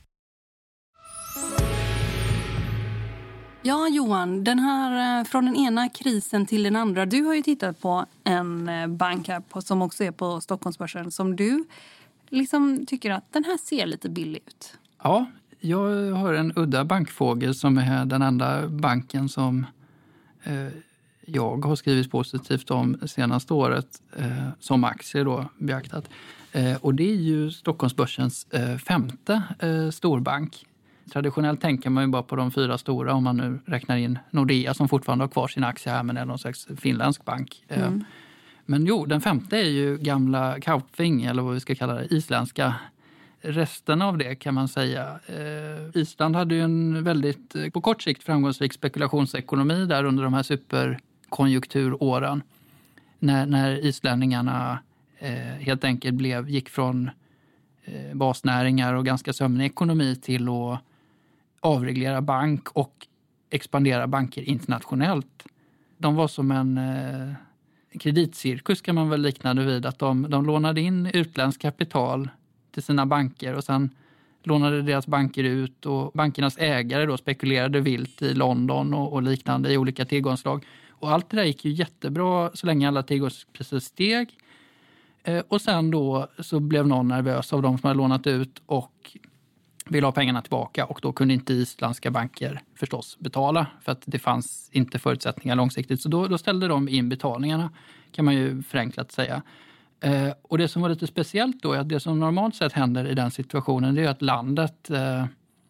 Ja, Johan, den här, från den ena krisen till den andra. Du har ju tittat på en bank här på, som också är på Stockholmsbörsen som du liksom tycker att den här ser lite billig ut. Ja, jag har en udda bankfågel som är den enda banken som eh, jag har skrivit positivt om senaste året eh, som aktie då beaktat. Eh, och det är ju Stockholmsbörsens eh, femte eh, storbank. Traditionellt tänker man ju bara på de fyra stora, om man nu räknar in Nordea som fortfarande har kvar sin aktie här, men är någon slags finländsk bank. Mm. Men jo, den femte är ju gamla Kaupthing, eller vad vi ska kalla det, isländska. Resten av det kan man säga. Eh, Island hade ju en väldigt, på kort sikt, framgångsrik spekulationsekonomi där under de här superkonjunkturåren. När, när islänningarna eh, helt enkelt blev, gick från eh, basnäringar och ganska sömnig ekonomi till att avreglera bank och expandera banker internationellt. De var som en eh, kreditcirkus, kan man väl likna det vid. Att de, de lånade in utländsk kapital till sina banker och sen lånade deras banker ut, och bankernas ägare då spekulerade vilt i London och, och liknande i olika tillgångslag. Och allt det där gick ju jättebra så länge alla tillgångspriser steg. Eh, och sen då så blev någon nervös av de som hade lånat ut och ville ha pengarna tillbaka, och då kunde inte isländska banker förstås betala för att det fanns inte förutsättningar långsiktigt. Så då, då ställde de in betalningarna, kan man ju förenklat säga. Eh, och det som var lite speciellt då är att det som normalt sett händer i den situationen, det är att landet eh,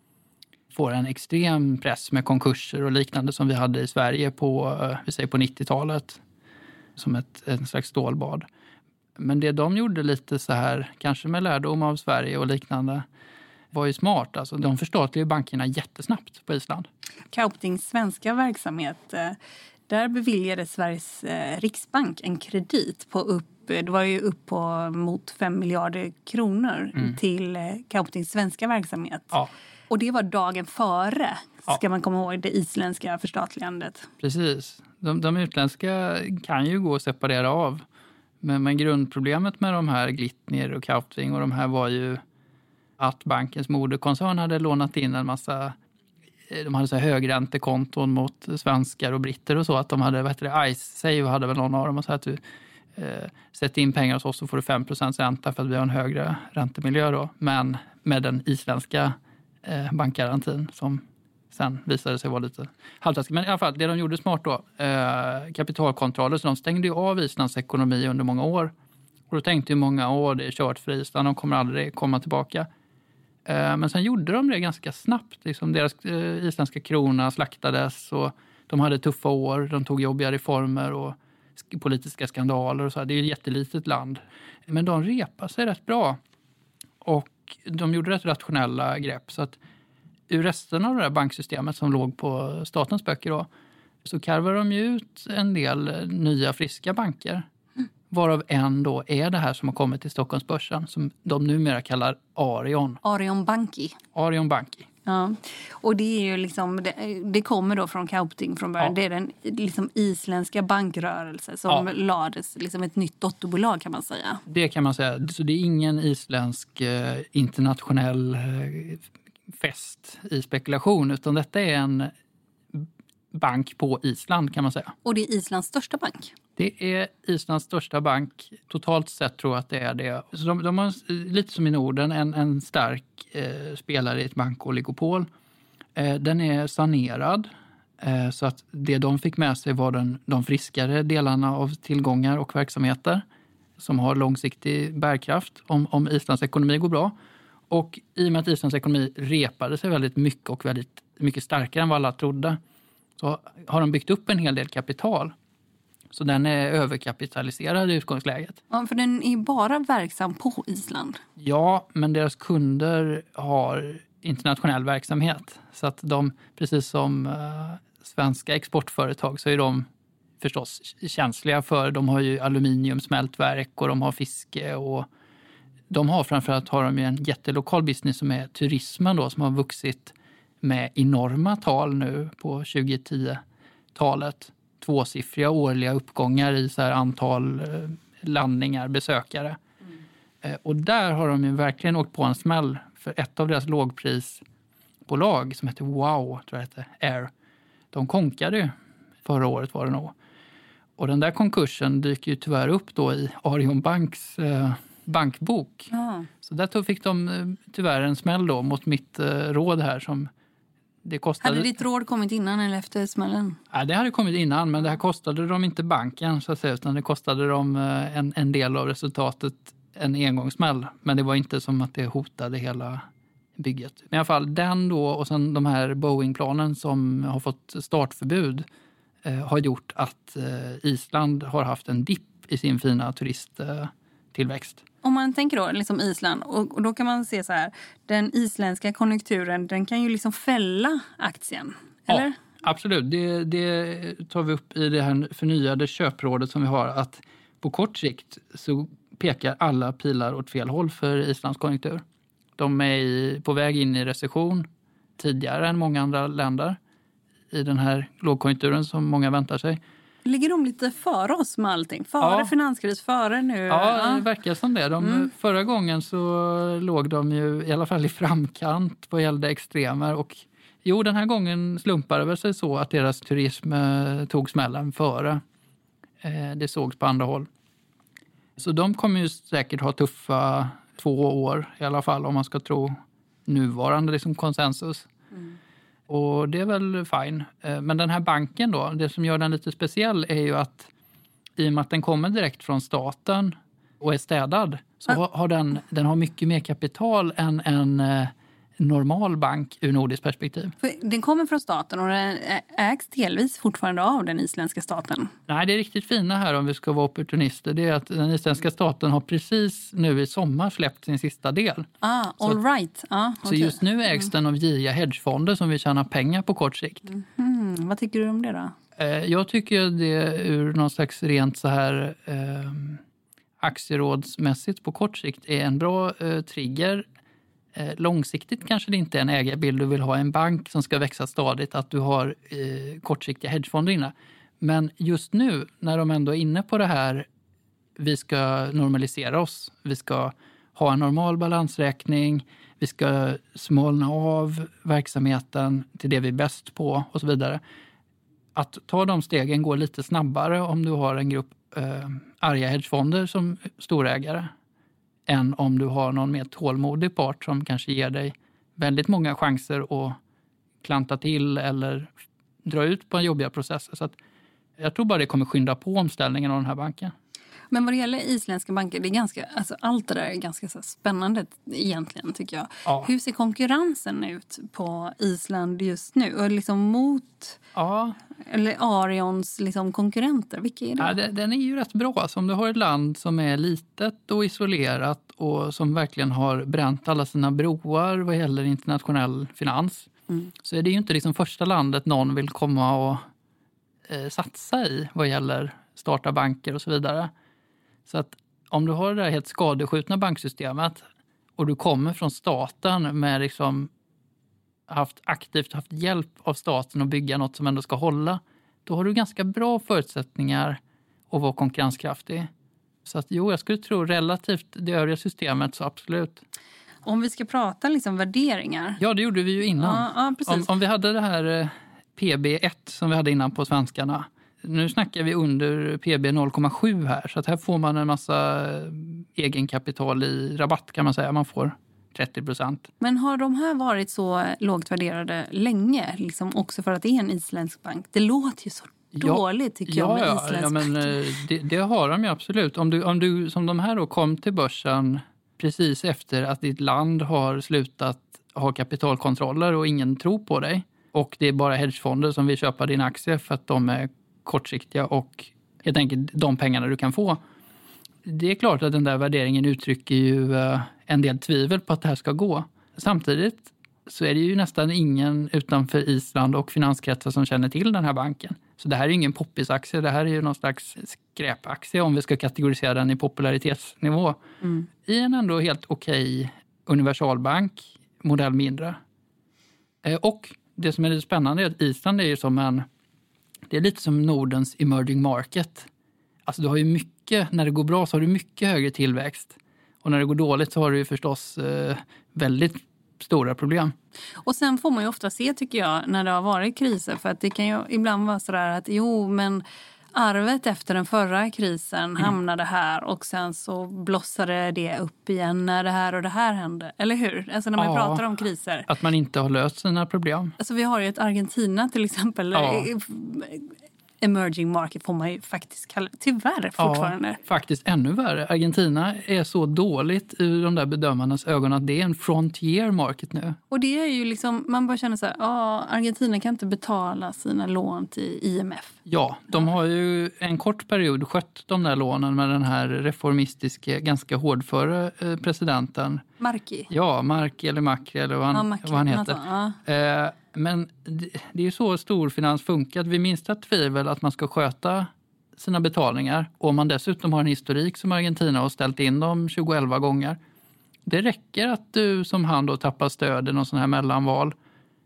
får en extrem press med konkurser och liknande som vi hade i Sverige på, eh, vi säger på nittiotalet, som ett, ett slags stålbad. Men det de gjorde lite så här, kanske med lärdom av Sverige och liknande, var ju smart. Alltså, de förstatligade bankerna jättesnabbt på Island. Kauphings svenska verksamhet, där beviljade Sveriges riksbank en kredit på upp, det var ju upp på mot fem miljarder kronor mm. till Kauphings svenska verksamhet. Ja. Och det var dagen före, ska ja. man komma ihåg, det isländska förstatligandet. Precis. De, de utländska kan ju gå att separera av. Men, men grundproblemet med de här Glitnir och Kauphing och de här var ju att bankens moderkoncern hade lånat in en massa, de hade så här högräntekonton mot svenskar och britter och så, att de hade, vad heter det, IceSave hade väl någon av dem, och så att du eh, sätter in pengar hos oss så får du fem procent ränta för att vi har en högre räntemiljö då, men med den isländska eh, bankgarantin som sen visade sig vara lite halvtaskigt. Men i alla fall, det de gjorde smart då, eh, kapitalkontroller, så de stängde ju av Islands ekonomi under många år. Och då tänkte ju många, åh det är kört för Island, de kommer aldrig komma tillbaka. Men sen gjorde de det ganska snabbt. Liksom deras isländska krona slaktades och de hade tuffa år. De tog jobbiga reformer och politiska skandaler och så. Det är ju ett jättelitet land. Men de repade sig rätt bra. Och de gjorde rätt rationella grepp. Så att ur resten av det här banksystemet som låg på statens böcker då, så karvade de ju ut en del nya friska banker. Varav en då är det här som har kommit till Stockholmsbörsen, som de numera kallar Arion. Arion Banki. Arion Banki. Ja, och det är ju liksom, det, det kommer då från Kauphing från början. Ja. Det är den liksom isländska bankrörelse som ja. lades, liksom ett nytt dotterbolag kan man säga. Det kan man säga. Så det är ingen isländsk eh, internationell eh, fest i spekulation, utan detta är en bank på Island kan man säga. Och det är Islands största bank? Det är Islands största bank. Totalt sett tror jag att det är det. Så de, de har lite som i Norden en, en stark eh, spelare i ett bankoligopol. Eh, den är sanerad. Eh, så att det de fick med sig var den, de friskare delarna av tillgångar och verksamheter som har långsiktig bärkraft om, om Islands ekonomi går bra. Och i och med att Islands ekonomi repade sig väldigt mycket och väldigt mycket starkare än vad alla trodde, så har de byggt upp en hel del kapital. Så den är överkapitaliserad i utgångsläget. Ja, för den är bara verksam på Island. Ja, men deras kunder har internationell verksamhet. Så att de, precis som uh, svenska exportföretag, så är de förstås känsliga för. De har ju aluminiumsmältverk och de har fiske. Och de har framförallt har de en jättelokal business som är turismen då, som har vuxit med enorma tal nu på tjugohundratio-talet. Tvåsiffriga årliga uppgångar i så här antal eh, landningar, besökare. Mm. Eh, och där har de ju verkligen åkt på en smäll, för ett av deras lågprisbolag som heter Wow, tror jag heter, Air. De konkade ju förra året var det nog. Och den där konkursen dyker ju tyvärr upp då i Arion Banks eh, bankbok. Mm. Så där fick de eh, tyvärr en smäll då mot mitt eh, råd här som det kostade... Hade ditt råd kommit innan eller efter smällen? Ja, det hade kommit innan, men det här kostade de inte banken så att säga, utan det kostade dem en, en del av resultatet, en engångssmäll. Men det var inte som att det hotade hela, bygget. Men i alla fall den då och sen de här Boeing-planen som har fått startförbud eh, har gjort att eh, Island har haft en dipp i sin fina turisttillväxt. Eh, Om man tänker då liksom Island och, och då kan man se så här, den isländska konjunkturen den kan ju liksom fälla aktien, eller? Ja, absolut. Det, det tar vi upp i det här förnyade köprådet som vi har, att på kort sikt så pekar alla pilar åt fel håll för Islands konjunktur. De är i, på väg in i recession tidigare än många andra länder i den här lågkonjunkturen som många väntar sig. Ligger de lite före oss med allting? Före ja. finanskris, före nu? Ja, det verkar som det. De, mm. Förra gången så låg de ju i alla fall i framkant vad gällde extremer. Och jo, den här gången slumpade det sig så att deras turism eh, tog smällen före. Eh, det sågs på andra håll. Så de kommer ju säkert ha tuffa två år i alla fall om man ska tro nuvarande liksom, konsensus. Mm. Och det är väl fine. Men den här banken då, det som gör den lite speciell är ju att i och med att den kommer direkt från staten och är städad så ah. har den, den har mycket mer kapital än en eh, normal bank ur nordiskt perspektiv. För den kommer från staten och den ägs delvis fortfarande av den isländska staten. Nej, det är riktigt fina här om vi ska vara opportunister. Det är att den isländska staten har precis nu i sommar släppt sin sista del. Ah, all så, right. Ah, så okay. just nu ägs den av giga hedgefonder som vill tjäna pengar på kort sikt. Mm. Vad tycker du om det då? Eh, jag tycker det ur någon slags rent så här eh, aktierådsmässigt på kort sikt är en bra eh, trigger. Långsiktigt kanske det inte är en ägarbild du vill ha en bank som ska växa stadigt, att du har eh, kortsiktiga hedgefonder inne. Men just nu när de ändå är inne på det här, vi ska normalisera oss, vi ska ha en normal balansräkning, vi ska smalna av verksamheten till det vi är bäst på och så vidare. Att ta de stegen går lite snabbare om du har en grupp eh, arga hedgefonder som storägare än om du har någon mer tålmodig part som kanske ger dig väldigt många chanser att klanta till eller dra ut på en jobbiga processer. Så att jag tror bara det kommer skynda på omställningen av den här banken. Men vad det gäller isländska banker, det är ganska, alltså allt det där är ganska så spännande egentligen tycker jag. Ja. Hur ser konkurrensen ut på Island just nu? Och liksom mot ja. eller Arions liksom konkurrenter, vilka är det? Ja, det, den är ju rätt bra. Alltså, om du har ett land som är litet och isolerat och som verkligen har bränt alla sina broar vad gäller internationell finans. Mm. Så är det ju inte liksom första landet någon vill komma och eh, satsa i vad gäller starta banker och så vidare. Så att om du har det där helt skadeskjutna banksystemet och du kommer från staten med liksom haft aktivt haft hjälp av staten att bygga något som ändå ska hålla, då har du ganska bra förutsättningar att vara konkurrenskraftig. Så att jo, jag skulle tro relativt det övriga systemet så absolut. Om vi ska prata liksom värderingar. Ja, det gjorde vi ju innan. Ja, ja, precis. Om, om vi hade det här P B ett som vi hade innan på svenskarna. Nu snackar vi under P B noll komma sju här. Så att här får man en massa egenkapital i rabatt kan man säga. Man får trettio procent. Men har de här varit så lågt värderade länge? Liksom också för att det är en isländsk bank. Det låter ju så ja, dåligt tycker ja, jag med ja, isländsk ja, men det, det har de ju absolut. Om du, om du som de här då kom till börsen precis efter att ditt land har slutat ha kapitalkontroller och ingen tror på dig. Och det är bara hedgefonder som vill köpa din aktie för att de är kortsiktiga och helt enkelt de pengarna du kan få. Det är klart att den där värderingen uttrycker ju en del tvivel på att det här ska gå. Samtidigt så är det ju nästan ingen utanför Island och finanskretsar som känner till den här banken. Så det här är ju ingen poppisaktie, det här är ju någon slags skräpaktie om vi ska kategorisera den i popularitetsnivå. Mm. I en ändå helt okej universalbank, modell mindre. Och det som är lite spännande är att Island är ju som en, det är lite som Nordens emerging market. Alltså du har ju mycket, när det går bra så har du mycket högre tillväxt. Och när det går dåligt så har du ju förstås eh, väldigt stora problem. Och sen får man ju ofta se tycker jag när det har varit kriser. För att det kan ju ibland vara sådär att jo men arvet efter den förra krisen mm. hamnade här. Och sen så blossade det upp igen när det här och det här hände. Eller hur? Alltså när man ja, pratar om kriser. Att man inte har löst sina problem. Alltså vi har ju ett Argentina till exempel. Ja. emerging market får man ju faktiskt kalla det. Tyvärr fortfarande. Ja, faktiskt ännu värre. Argentina är så dåligt ur de där bedömarnas ögon att det är en frontier market nu. Och det är ju liksom, man bara känner så här, ja, Argentina kan inte betala sina lån till I M F. Ja, de har ju en kort period skött de där lånen med den här reformistiska, ganska hårdföra presidenten. Marki. Ja, Marki eller Macri eller vad han, ja, Macri, vad han heter. Alltså, ja. Eh, men det, det är ju så storfinans funkar att vid minsta tvivel att man ska sköta sina betalningar. Och om man dessutom har en historik som Argentina har ställt in dem tjugoelva gånger. Det räcker att du som han då tappar stöd i någon sån här mellanval.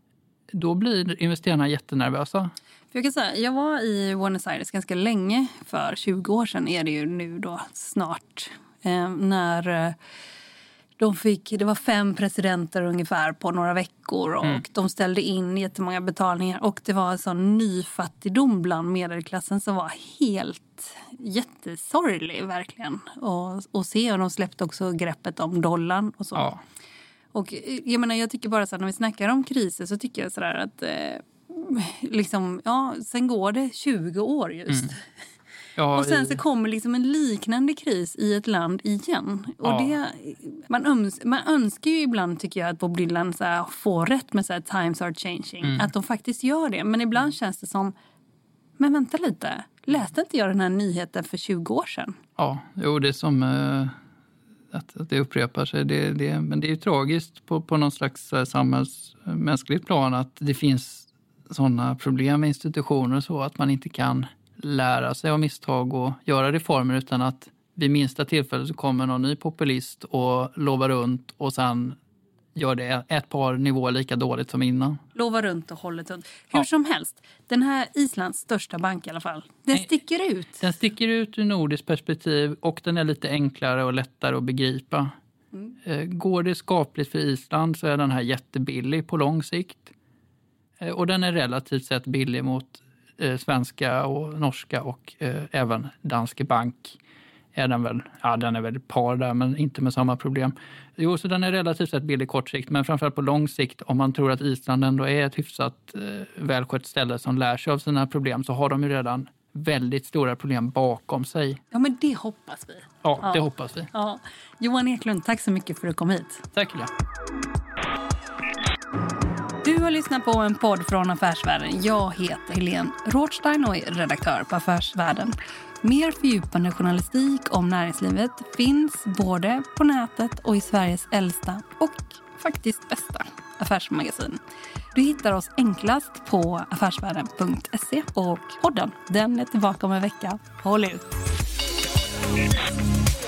Då blir investerarna jättenervösa. För jag kan säga, jag var i Buenos Aires ganska länge, för tjugo år sedan är det ju nu då snart. Eh, när eh, de fick, det var fem presidenter ungefär på några veckor och mm. de ställde in jättemånga betalningar. Och det var en sån nyfattigdom bland medelklassen som var helt jättesorglig verkligen. Och, och se, och de släppte också greppet om dollarn och så. Ja. Och jag menar, jag tycker bara så här, när vi snackar om kriser så tycker jag sådär att eh, liksom, ja, sen går det tjugo år just. Mm. Ja, och sen så kommer liksom en liknande kris i ett land igen. Och ja. det, man, öms, man önskar ju ibland, tycker jag, att Bob Dylan så här, får rätt med så här, times are changing. Mm. Att de faktiskt gör det. Men ibland känns det som, men vänta lite, läste inte jag den här nyheten för tjugo år sedan? Ja, jo, det är som uh, att, att det upprepar sig. Det, det, men det är ju tragiskt på, på någon slags uh, samhällsmänskligt plan att det finns sådana problem med institutioner och så att man inte kan lära sig av misstag och göra reformer utan att vid minsta tillfälle så kommer någon ny populist och lovar runt och sen gör det ett par nivåer lika dåligt som innan. Lovar runt och håller runt. Hur ja. som helst, den här Islands största bank i alla fall, den Nej, sticker ut. Den sticker ut ur nordiskt perspektiv och den är lite enklare och lättare att begripa. Mm. Går det skapligt för Island så är den här jättebillig på lång sikt. Och den är relativt sett billig mot eh, svenska och norska och eh, även Danske Bank. Är den väl, ja den är väl ett par där men inte med samma problem. Jo, så den är relativt sett billig kort sikt men framförallt på lång sikt om man tror att Island ändå är ett hyfsat eh, välskött ställe som lär sig av sina problem så har de ju redan väldigt stora problem bakom sig. Ja, men det hoppas vi. Ja, ja. det hoppas vi. Ja. Johan Eklund, tack så mycket för att du kom hit. Tack Julia. Du har lyssnat på en podd från Affärsvärlden. Jag heter Helene Rothstein och är redaktör på Affärsvärlden. Mer fördjupande journalistik om näringslivet finns både på nätet och i Sveriges äldsta och faktiskt bästa affärsmagasin. Du hittar oss enklast på affärsvärlden punkt se och podden, den är tillbaka om en vecka. Håll ut!